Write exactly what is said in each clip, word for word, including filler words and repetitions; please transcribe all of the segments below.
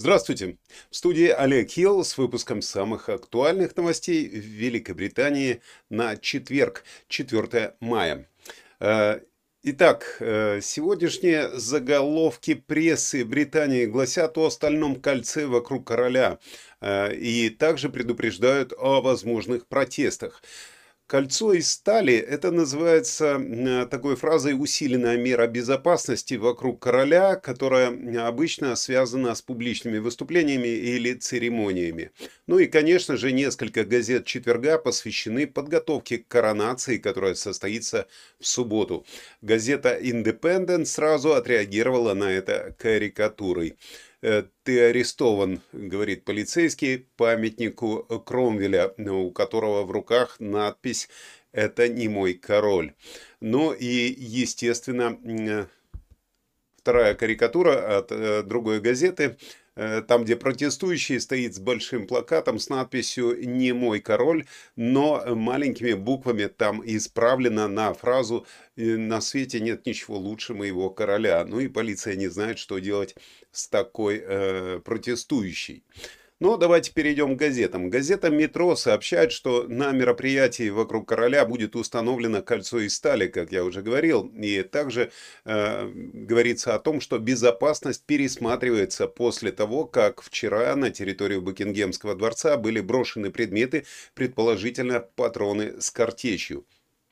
Здравствуйте! В студии Олег Хилл с выпуском самых актуальных новостей в Великобритании на четверг, четвёртое мая. Э, Итак, э, сегодняшние заголовки прессы Британии гласят о стальном кольце вокруг короля э, и также предупреждают о возможных протестах. Кольцо из стали — это называется м, такой фразой усиленная мера безопасности вокруг короля, которая м, обычно связана с публичными выступлениями или церемониями. Ну и, конечно же, несколько газет четверга посвящены подготовке к коронации, которая состоится в субботу. Газета Independent сразу отреагировала на это карикатурой. Э, «Ты арестован», — говорит полицейский памятнику Кромвеля, у которого в руках надпись «Это не мой король». Ну и, естественно, м, вторая карикатура от э, другой газеты, э, там, где протестующий стоит с большим плакатом с надписью «Не мой король», но маленькими буквами там исправлено на фразу «Э, «На свете нет ничего лучше моего короля». Ну и полиция не знает, что делать с такой э, протестующей. Но давайте перейдем к газетам. Газета «Метро» сообщает, что на мероприятии вокруг короля будет установлено кольцо из стали, как я уже говорил. И также э, говорится о том, что безопасность пересматривается после того, как вчера на территорию Букингемского дворца были брошены предметы, предположительно патроны с картечью.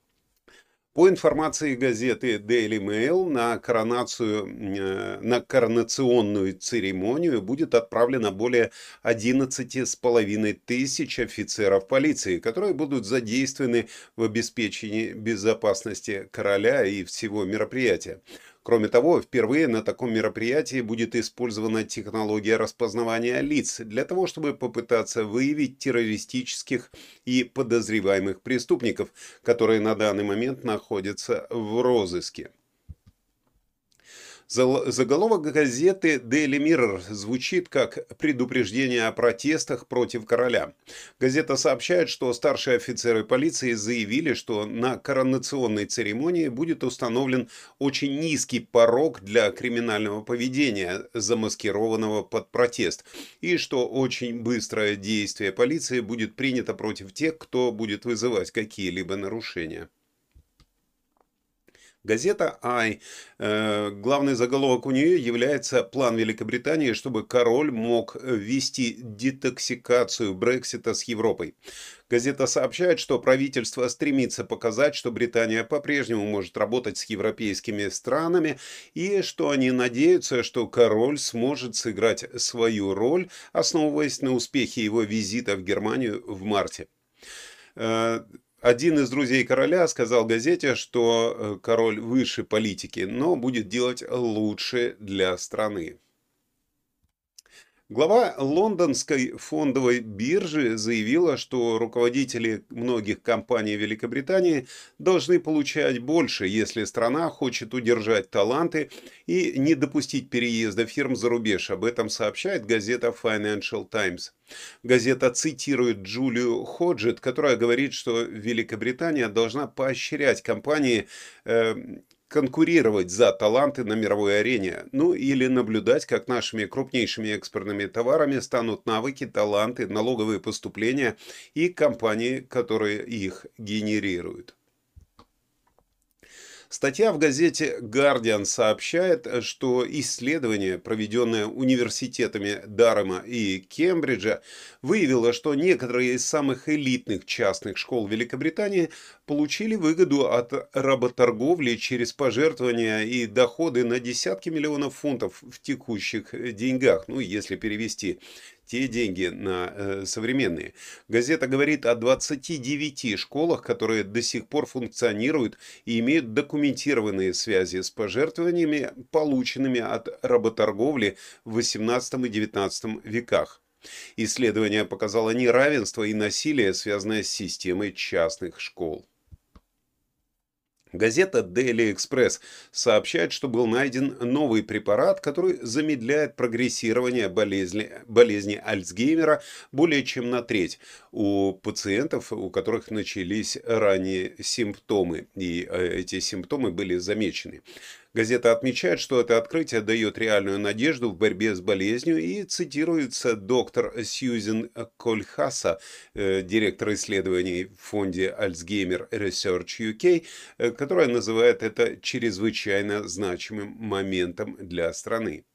По информации газеты Daily Mail, на коронацию, э, на коронационную церемонию будет отправлено более одиннадцати с половиной тысяч офицеров полиции, которые будут задействованы в обеспечении безопасности короля и всего мероприятия. Кроме того, впервые на таком мероприятии будет использована технология распознавания лиц для того, чтобы попытаться выявить террористических и подозреваемых преступников, которые на данный момент находятся в розыске. Заголовок газеты Daily Mirror звучит как предупреждение о протестах против короля. Газета сообщает, что старшие офицеры полиции заявили, что на коронационной церемонии будет установлен очень низкий порог для криминального поведения, замаскированного под протест, и что очень быстрое действие полиции будет принято против тех, кто будет вызывать какие-либо нарушения. Газета Ай, э, главный заголовок у нее является план Великобритании, чтобы король мог ввести детоксикацию Брексита с Европой. Газета сообщает, что правительство стремится показать, что Британия по-прежнему может работать с европейскими странами и что они надеются, что король сможет сыграть свою роль, основываясь на успехе его визита в Германию в марте. Один из друзей короля сказал газете, что король выше политики, но будет делать лучше для страны. Глава лондонской фондовой биржи заявила, что руководители многих компаний Великобритании должны получать больше, если страна хочет удержать таланты и не допустить переезда фирм за рубеж. Об этом сообщает газета Financial Times. Газета цитирует Джулию Ходжет, которая говорит, что Великобритания должна поощрять компании э, конкурировать за таланты на мировой арене, ну или наблюдать, как нашими крупнейшими экспортными товарами станут навыки, таланты, налоговые поступления и компании, которые их генерируют. Статья в газете Guardian сообщает, что исследование, проведенное университетами Дарема и Кембриджа, выявило, что некоторые из самых элитных частных школ Великобритании получили выгоду от работорговли через пожертвования и доходы на десятки миллионов фунтов в текущих деньгах, ну, если перевести те деньги на э, современные. Газета говорит о двадцати девяти школах, которые до сих пор функционируют и имеют документированные связи с пожертвованиями, полученными от работорговли в восемнадцатом и девятнадцатом веках. Исследование показало неравенство и насилие, связанное с системой частных школ. Газета Daily Express сообщает, что был найден новый препарат, который замедляет прогрессирование болезни, болезни Альцгеймера более чем на треть у пациентов, у которых начались ранние симптомы, и эти симптомы были замечены. Газета отмечает, что это открытие дает реальную надежду в борьбе с болезнью и цитируется доктор Сьюзен Кольхаса, э, директор исследований в фонде Alzheimer Research ю кей, э, которая называет это чрезвычайно значимым моментом для страны.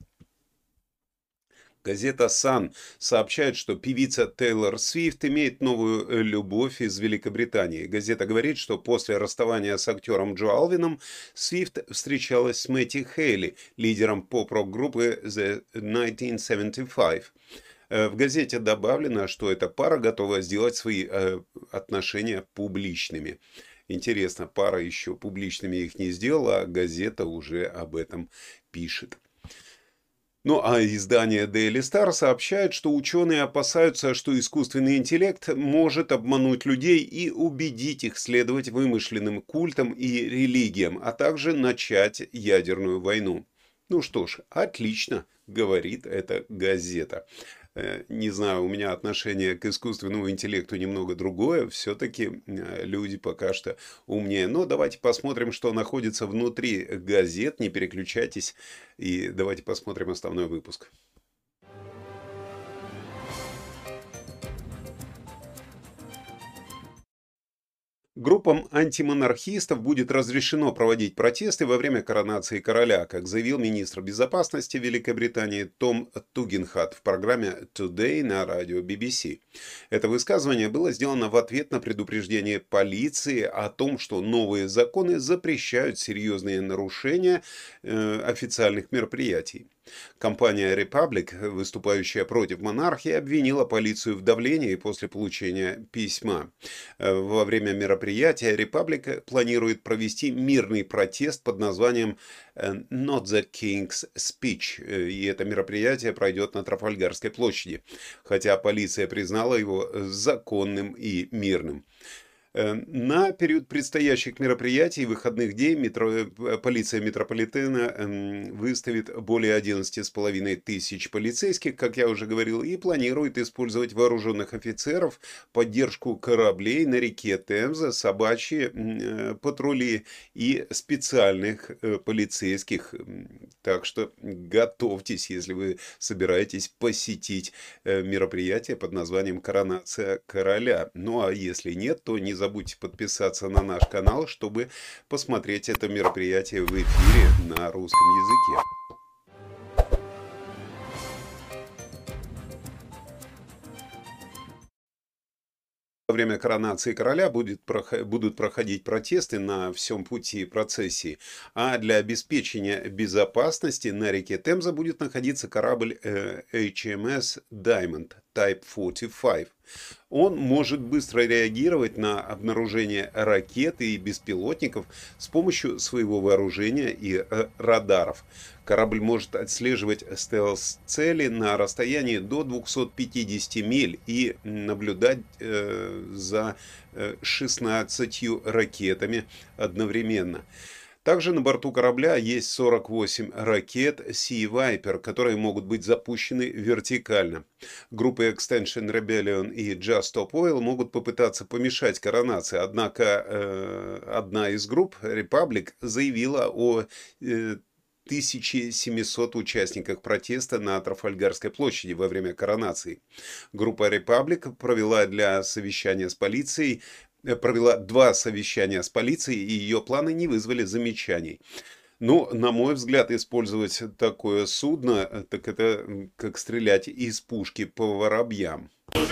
Газета Sun сообщает, что певица Тейлор Свифт имеет новую э, любовь из Великобритании. Газета говорит, что после расставания с актером Джо Алвином Свифт встречалась с Мэтти Хейли, лидером поп-рок-группы The тысяча девятьсот семьдесят пять. Э, В газете добавлено, что эта пара готова сделать свои э, отношения публичными. Интересно, пара еще публичными их не сделала, а газета уже об этом пишет. Ну а издание Daily Star сообщает, что ученые опасаются, что искусственный интеллект может обмануть людей и убедить их следовать вымышленным культам и религиям, а также начать ядерную войну. Ну что ж, отлично, говорит эта газета. Э, Не знаю, у меня отношение к искусственному интеллекту немного другое. Все-таки люди пока что умнее. Но давайте посмотрим, что находится внутри газет. Не переключайтесь. И давайте посмотрим основной выпуск. Группам антимонархистов будет разрешено проводить протесты во время коронации короля, как заявил министр безопасности Великобритании Том Тугенхат в программе Today на радио би би си. Это высказывание было сделано в ответ на предупреждение полиции о том, что новые законы запрещают серьезные нарушения э, официальных мероприятий. Компания Republic, выступающая против монархии, обвинила полицию в давлении после получения письма. Во время мероприятия Republic планирует провести мирный протест под названием Not the King's Speech, и это мероприятие пройдет на Трафальгарской площади, хотя полиция признала его законным и мирным. На период предстоящих мероприятий и выходных дней метро, полиция метрополитена выставит более одиннадцати с половиной тысяч полицейских, как я уже говорил, и планирует использовать вооруженных офицеров, поддержку кораблей на реке Темза, собачьи патрули и специальных полицейских. Так что готовьтесь, если вы собираетесь посетить мероприятие под названием «Коронация короля». Ну а если нет, то не забудьте подписаться на наш канал, чтобы посмотреть это мероприятие в эфире на русском языке. Во время коронации короля будет, будут проходить протесты на всем пути процессии, а для обеспечения безопасности на реке Темза будет находиться корабль э, эйч эм эс Diamond Type сорок пять. Он может быстро реагировать на обнаружение ракет и беспилотников с помощью своего вооружения и э, радаров. Корабль может отслеживать стелс-цели на расстоянии до двухсот пятидесяти миль и наблюдать э, за шестнадцатью ракетами одновременно. Также на борту корабля есть сорок восемь ракет Sea Viper, которые могут быть запущены вертикально. Группы Extinction Rebellion и Just Stop Oil могут попытаться помешать коронации, однако э, одна из групп, Republic, заявила о э, тысяча семьсот участниках протеста на Трафальгарской площади во время коронации. Группа Republic провела для совещания с полицией провела два совещания с полицией, и ее планы не вызвали замечаний. Ну, на мой взгляд, использовать такое судно, так это как стрелять из пушки по воробьям. Ох,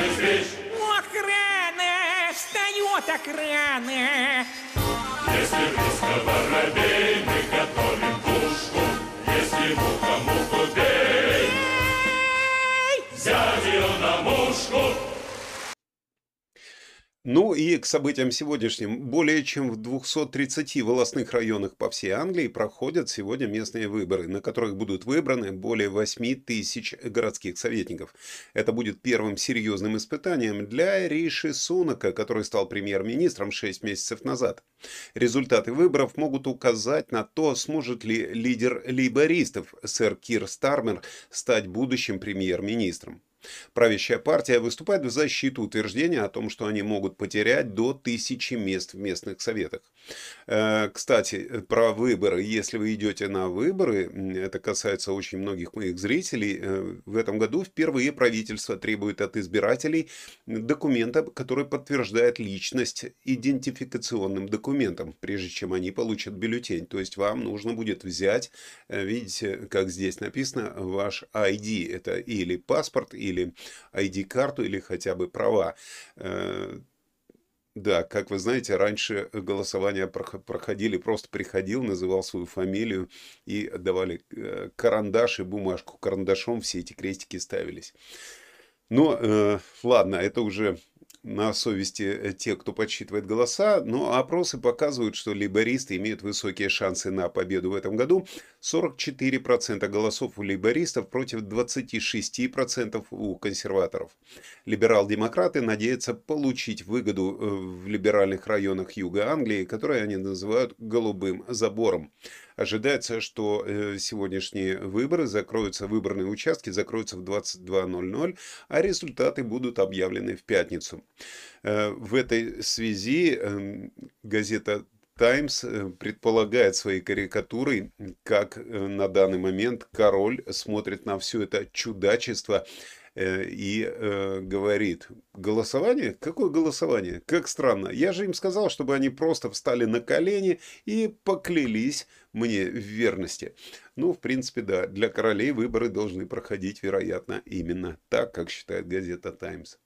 рано! Встаю так рано! Если близко воробей, мы готовим пушку. Если муха муху бей, взять ее на мушку. Ну и к событиям сегодняшним. Более чем в двухстах тридцати волостных районах по всей Англии проходят сегодня местные выборы, на которых будут выбраны более восьми тысяч городских советников. Это будет первым серьезным испытанием для Риши Сунака, который стал премьер-министром шесть месяцев назад. Результаты выборов могут указать на то, сможет ли лидер лейбористов, сэр Кир Стармер, стать будущим премьер-министром. Правящая партия выступает в защиту утверждения о том, что они могут потерять до тысячи мест в местных советах. Кстати, про выборы. Если вы идете на выборы, это касается очень многих моих зрителей, в этом году впервые правительство требует от избирателей документа, который подтверждает личность идентификационным документом, прежде чем они получат бюллетень. То есть вам нужно будет взять, видите, как здесь написано, ваш ай ди. Это или паспорт, или ай ди-карту, или хотя бы права. Да, как вы знаете, раньше голосования проходили, просто приходил, называл свою фамилию и давали карандаш и бумажку. Карандашом все эти крестики ставились. Но, э, ладно, это уже на совести тех, кто подсчитывает голоса, но опросы показывают, что лейбористы имеют высокие шансы на победу в этом году. сорок четыре процента голосов у лейбористов против двадцати шести процентов у консерваторов. Либерал-демократы надеются получить выгоду в либеральных районах юга Англии, которые они называют «голубым забором». Ожидается, что сегодняшние выборы закроются, выборные участки закроются в двадцать два ноль ноль, а результаты будут объявлены в пятницу. В этой связи газета «Таймс» предполагает своей карикатурой, как на данный момент король смотрит на все это чудачество и э, говорит: голосование? Какое голосование? Как странно. Я же им сказал, чтобы они просто встали на колени и поклялись мне в верности. Ну, в принципе, да, для королей выборы должны проходить, вероятно, именно так, как считает газета «Таймс».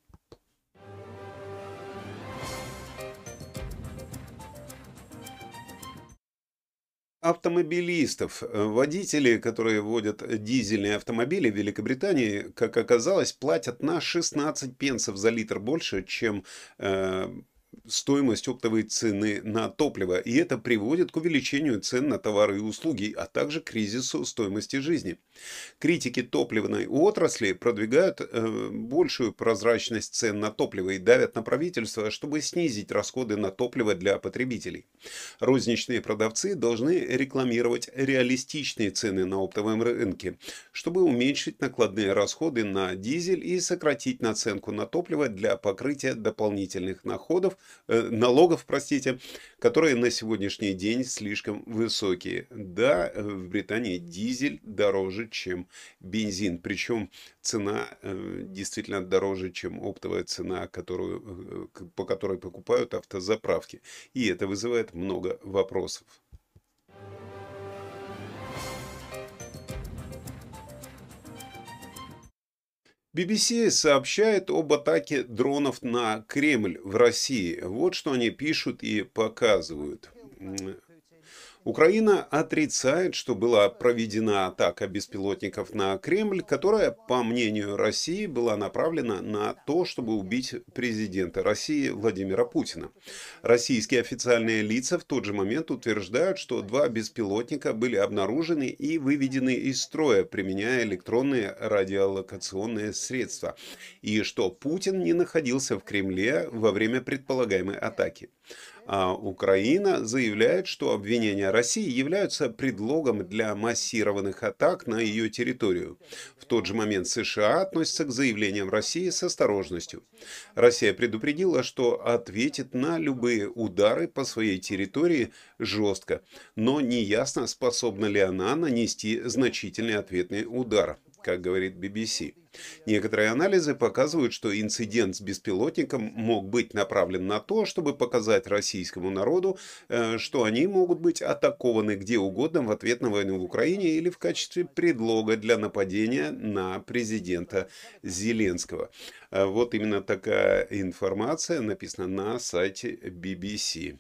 Автомобилистов. Водители, которые водят дизельные автомобили в Великобритании, как оказалось, платят на шестнадцать пенсов за литр больше, чем э, стоимость оптовой цены на топливо. И это приводит к увеличению цен на товары и услуги, а также к кризису стоимости жизни. Критики топливной отрасли продвигают э, большую прозрачность цен на топливо и давят на правительство, чтобы снизить расходы на топливо для потребителей. Розничные продавцы должны рекламировать реалистичные цены на оптовом рынке, чтобы уменьшить накладные расходы на дизель и сократить наценку на топливо для покрытия дополнительных находов, э, налогов, простите, которые на сегодняшний день слишком высокие. Да, в Британии дизель дороже, чем бензин. Причем цена э, действительно дороже, чем оптовая цена, которую, э, по которой покупают автозаправки. И это вызывает много вопросов. би би си сообщает об атаке дронов на Кремль в России. Вот что они пишут и показывают. Украина отрицает, что была проведена атака беспилотников на Кремль, которая, по мнению России, была направлена на то, чтобы убить президента России Владимира Путина. Российские официальные лица в тот же момент утверждают, что два беспилотника были обнаружены и выведены из строя, применяя электронные радиолокационные средства, и что Путин не находился в Кремле во время предполагаемой атаки. А Украина заявляет, что обвинения России являются предлогом для массированных атак на ее территорию. В тот же момент США относятся к заявлениям России с осторожностью. Россия предупредила, что ответит на любые удары по своей территории жестко, но неясно, способна ли она нанести значительный ответный удар, как говорит би би си. Некоторые анализы показывают, что инцидент с беспилотником мог быть направлен на то, чтобы показать российскому народу, что они могут быть атакованы где угодно в ответ на войну в Украине или в качестве предлога для нападения на президента Зеленского. Вот именно такая информация написана на сайте би би си.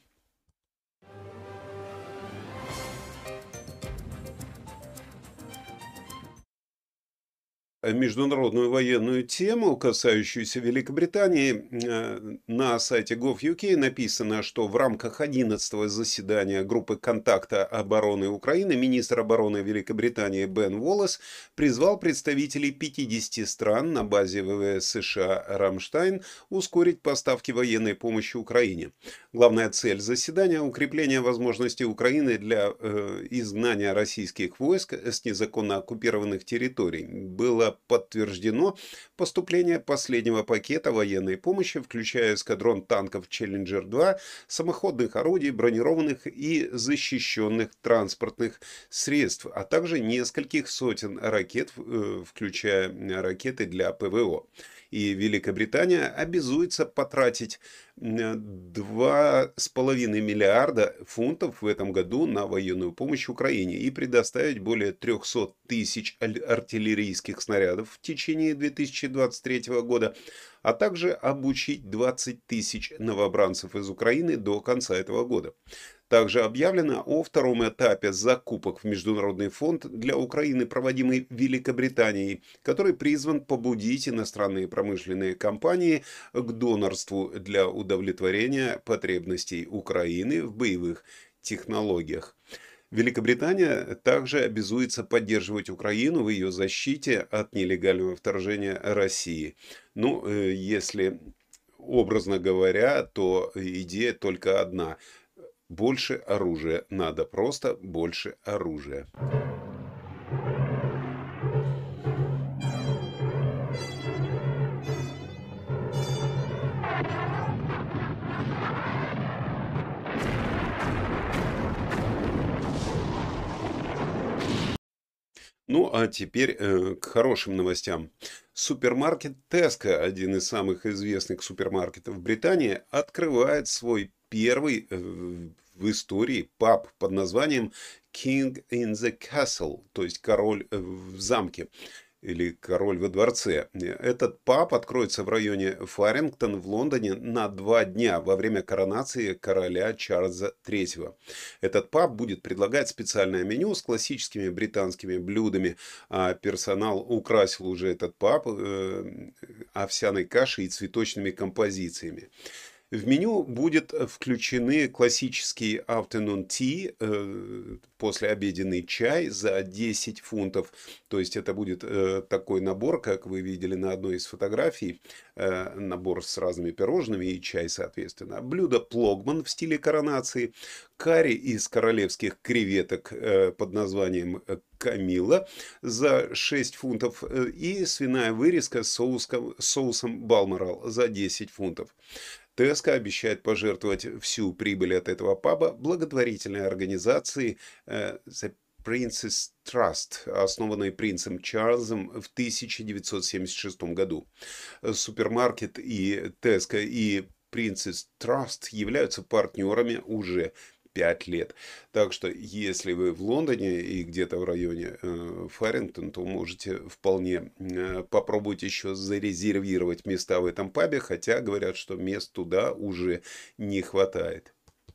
Международную военную тему, касающуюся Великобритании, на сайте гов ю кей написано, что в рамках одиннадцатого заседания группы контакта обороны Украины министр обороны Великобритании Бен Уоллес призвал представителей пятидесяти стран на базе вэ вэ эс США «Рамштайн» ускорить поставки военной помощи Украине. Главная цель заседания – укрепление возможностей Украины для э, изгнания российских войск с незаконно оккупированных территорий. Было было подтверждено поступление последнего пакета военной помощи, включая эскадрон танков «Челленджер два», самоходных орудий, бронированных и защищенных транспортных средств, а также нескольких сотен ракет, включая ракеты для ПВО. И Великобритания обязуется потратить два с половиной миллиарда фунтов в этом году на военную помощь Украине и предоставить более трёхсот тысяч артиллерийских снарядов в течение две тысячи двадцать третьего года, а также обучить двадцать тысяч новобранцев из Украины до конца этого года. Также объявлено о втором этапе закупок в Международный фонд для Украины, проводимый Великобританией, который призван побудить иностранные промышленные компании к донорству для удовлетворения потребностей Украины в боевых технологиях. Великобритания также обязуется поддерживать Украину в ее защите от нелегального вторжения России. Ну, если образно говоря, то идея только одна. Больше оружия надо, просто больше оружия. Ну, а теперь э, к хорошим новостям. Супермаркет Tesco, один из самых известных супермаркетов Британии, открывает свой первый э, в истории паб под названием King in the Castle, то есть король в замке или король во дворце. Этот паб откроется в районе Фарингтон в Лондоне на два дня во время коронации короля Чарльза третьего. Этот паб будет предлагать специальное меню с классическими британскими блюдами, а персонал украсил уже этот паб э, овсяной кашей и цветочными композициями. В меню будет включены классический afternoon tea, э, послеобеденный чай за десять фунтов. То есть это будет э, такой набор, как вы видели на одной из фотографий. Э, набор с разными пирожными и чай, соответственно. Блюдо плогман в стиле коронации. Карри из королевских креветок э, под названием Камила за шесть фунтов. И свиная вырезка с соусом, соусом Балморал за десять фунтов. Tesco обещает пожертвовать всю прибыль от этого паба благотворительной организации э, The Prince's Trust, основанной принцем Чарльзом в тысяча девятьсот семьдесят шестом году. Супермаркет и Tesco и Prince's Trust являются партнерами уже пять лет. Так что, если вы в Лондоне и где-то в районе э, Фарингтон, то можете вполне э, попробовать еще зарезервировать места в этом пабе, хотя говорят, что мест туда уже не хватает.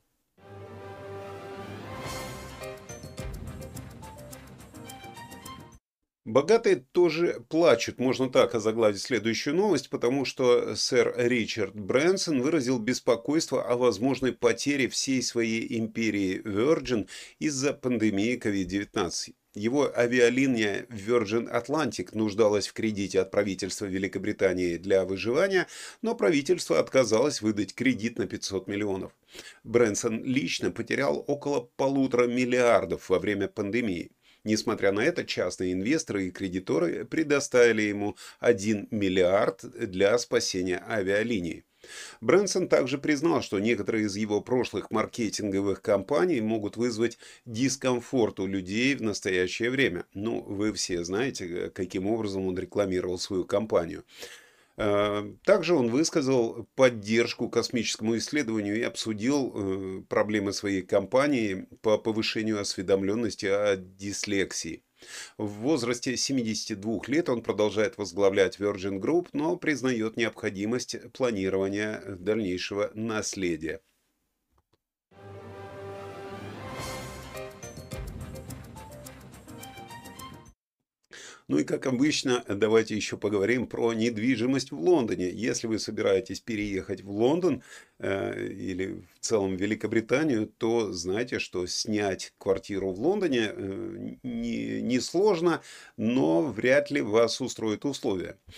Богатые тоже плачут, можно так озаглавить следующую новость, потому что сэр Ричард Брэнсон выразил беспокойство о возможной потере всей своей империи Virgin из-за пандемии ковид девятнадцать. Его авиалиния Virgin Atlantic нуждалась в кредите от правительства Великобритании для выживания, но правительство отказалось выдать кредит на пятьсот миллионов. Брэнсон лично потерял около полутора миллиардов во время пандемии. Несмотря на это, частные инвесторы и кредиторы предоставили ему один миллиард для спасения авиалинии. Брэнсон также признал, что некоторые из его прошлых маркетинговых кампаний могут вызвать дискомфорт у людей в настоящее время. Ну, вы все знаете, каким образом он рекламировал свою кампанию. Также он высказал поддержку космическому исследованию и обсудил проблемы своей компании по повышению осведомленности о дислексии. В возрасте семидесяти двух лет он продолжает возглавлять Virgin Group, но признает необходимость планирования дальнейшего наследия. Ну и как обычно, давайте еще поговорим про недвижимость в Лондоне. Если вы собираетесь переехать в Лондон э, или в целом в Великобританию, то знайте, что снять квартиру в Лондоне э, не, не сложно, но вряд ли вас устроят условия.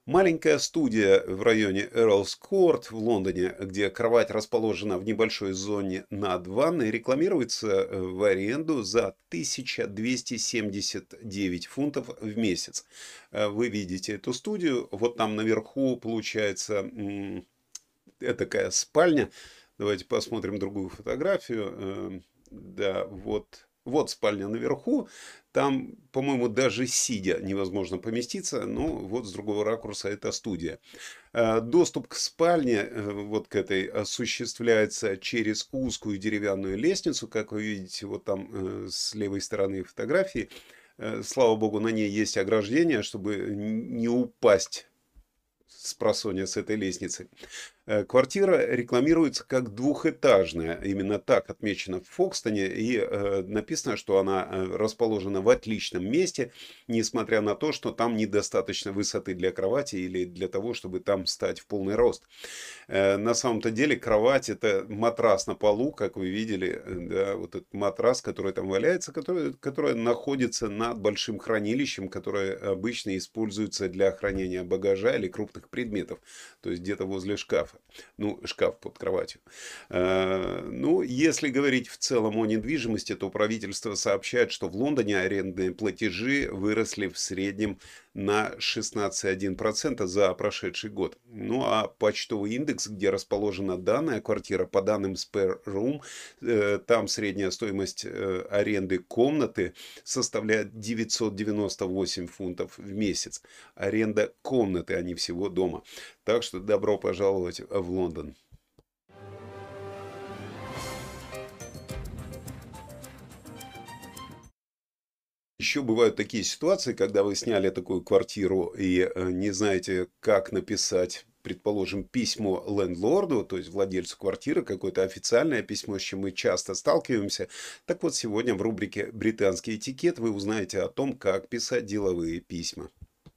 Маленькая студия в районе Эрлс Корт в Лондоне, где кровать расположена в небольшой зоне над ванной, рекламируется э, в аренду за тысячу двести семьдесят девять фунтов в месяц. Э, Вы видите эту студию, вот там наверху получается м, такая спальня. Давайте посмотрим другую фотографию. Э, Да, вот, вот спальня наверху. Там, по-моему, даже сидя невозможно поместиться. Но вот с другого ракурса это студия. Э, Доступ к спальне, э, вот к этой, осуществляется через узкую деревянную лестницу, как вы видите, вот там э, с левой стороны фотографии. Э, Слава богу, на ней есть ограждение, чтобы н- не упасть с просонья с этой лестницы. Э, Квартира рекламируется как двухэтажная, именно так отмечено в Фокстоне, и э, написано, что она э, расположена в отличном месте, несмотря на то, что там недостаточно высоты для кровати или для того, чтобы там стать в полный рост. Э, На самом-то деле кровать — это матрас на полу, как вы видели, э, да, вот этот матрас, который там валяется, который, который находится над большим хранилищем, которое обычно используется для хранения багажа или крупных предметов, то есть где-то возле шкафа. Ну, шкаф под кроватью. Э, Ну, если говорить в целом о недвижимости, то правительство сообщает, что в Лондоне арендные платежи выросли в среднем на шестнадцать целых одна десятая процента за прошедший год. Ну, а почтовый индекс, где расположена данная квартира, по данным Spare Room, э, там средняя стоимость э, аренды комнаты составляет девятьсот девяносто восемь фунтов в месяц. Аренда комнаты, а не всего дома. Так что добро пожаловать в Лондон. Еще бывают такие ситуации, когда вы сняли такую квартиру и э, не знаете, как написать, предположим, письмо лендлорду, то есть владельцу квартиры, какое-то официальное письмо, с чем мы часто сталкиваемся. Так вот, сегодня в рубрике «Британский этикет» вы узнаете о том, как писать деловые письма.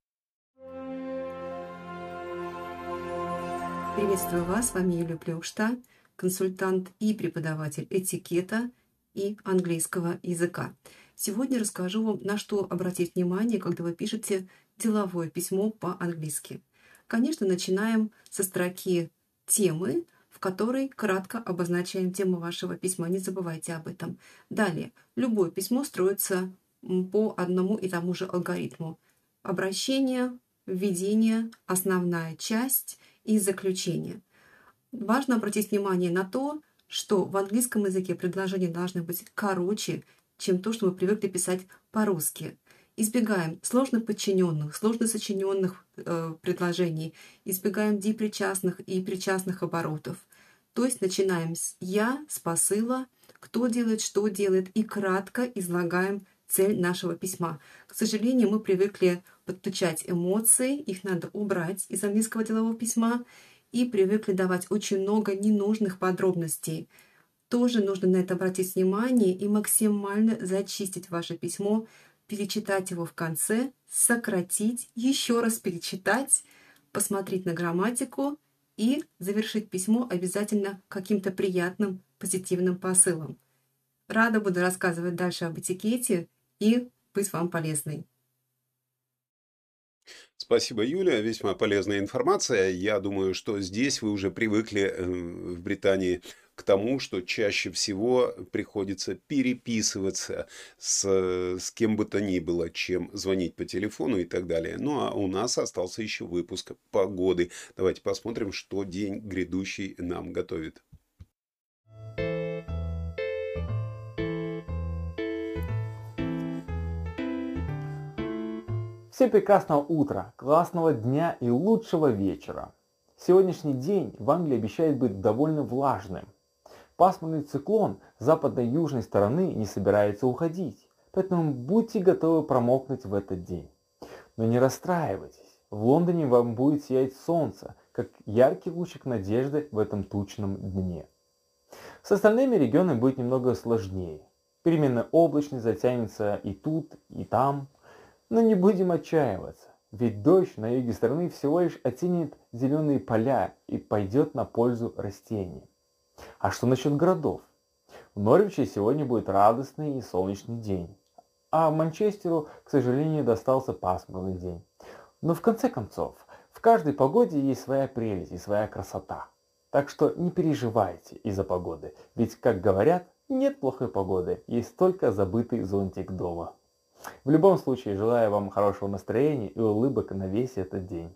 Приветствую вас, с вами Юлия Плюшта, консультант и преподаватель этикета и английского языка. Сегодня расскажу вам, на что обратить внимание, когда вы пишете деловое письмо по-английски. Конечно, начинаем со строки темы, в которой кратко обозначаем тему вашего письма. Не забывайте об этом. Далее, любое письмо строится по одному и тому же алгоритму. Обращение, введение, основная часть и заключение. Важно обратить внимание на то, что в английском языке предложения должны быть короче, чем то, что мы привыкли писать по-русски. Избегаем сложно подчиненных, сложно сочиненных э, предложений, избегаем депричастных и причастных оборотов. То есть начинаем с «я», с посыла, кто делает, что делает, и кратко излагаем цель нашего письма. К сожалению, мы привыкли подключать эмоции, их надо убрать из английского делового письма, и привыкли давать очень много ненужных подробностей. Тоже нужно на это обратить внимание и максимально зачистить ваше письмо, перечитать его в конце, сократить, еще раз перечитать, посмотреть на грамматику и завершить письмо обязательно каким-то приятным, позитивным посылом. Рада буду рассказывать дальше об этикете и быть вам полезной. Спасибо, Юля. Весьма полезная информация. Я думаю, что здесь вы уже привыкли э, в Британии к тому, что чаще всего приходится переписываться с, с кем бы то ни было, чем звонить по телефону и так далее. Ну, а у нас остался еще выпуск погоды. Давайте посмотрим, что день грядущий нам готовит. Всем прекрасного утра, классного дня и лучшего вечера. Сегодняшний день в Англии обещает быть довольно влажным. Пасмурный циклон с западно-южной стороны не собирается уходить, поэтому будьте готовы промокнуть в этот день. Но не расстраивайтесь, в Лондоне вам будет сиять солнце, как яркий лучик надежды в этом тучном дне. С остальными регионами будет немного сложнее. Переменная облачность затянется и тут, и там. Но не будем отчаиваться, ведь дождь на юге страны всего лишь оттенит зеленые поля и пойдет на пользу растениям. А что насчет городов? В Норвиче сегодня будет радостный и солнечный день, а Манчестеру, к сожалению, достался пасмурный день. Но в конце концов, В каждой погоде есть своя прелесть и своя красота. Так что не переживайте из-за погоды, ведь, как говорят, нет плохой погоды, есть только забытый зонтик дома. В любом случае, желаю вам хорошего настроения и улыбок на весь этот день.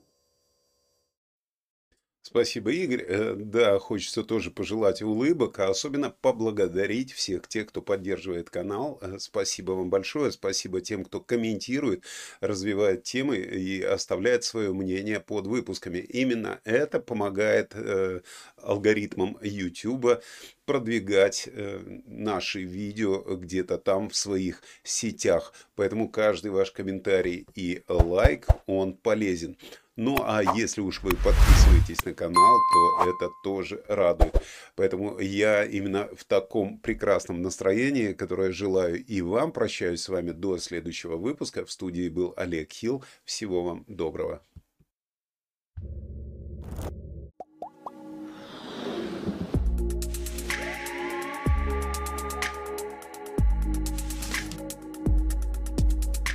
Спасибо, Игорь. Э, Да, хочется тоже пожелать улыбок, а особенно поблагодарить всех тех, кто поддерживает канал. Э, Спасибо вам большое. Спасибо тем, кто комментирует, развивает темы и оставляет свое мнение под выпусками. Именно это помогает э, алгоритмам YouTube продвигать э, наши видео где-то там в своих сетях. Поэтому каждый ваш комментарий и лайк, он полезен. Ну, а если уж вы подписываетесь на канал, то это тоже радует. Поэтому я именно в таком прекрасном настроении, которое желаю и вам, прощаюсь с вами до следующего выпуска. В студии был Олег Хилл. Всего вам доброго.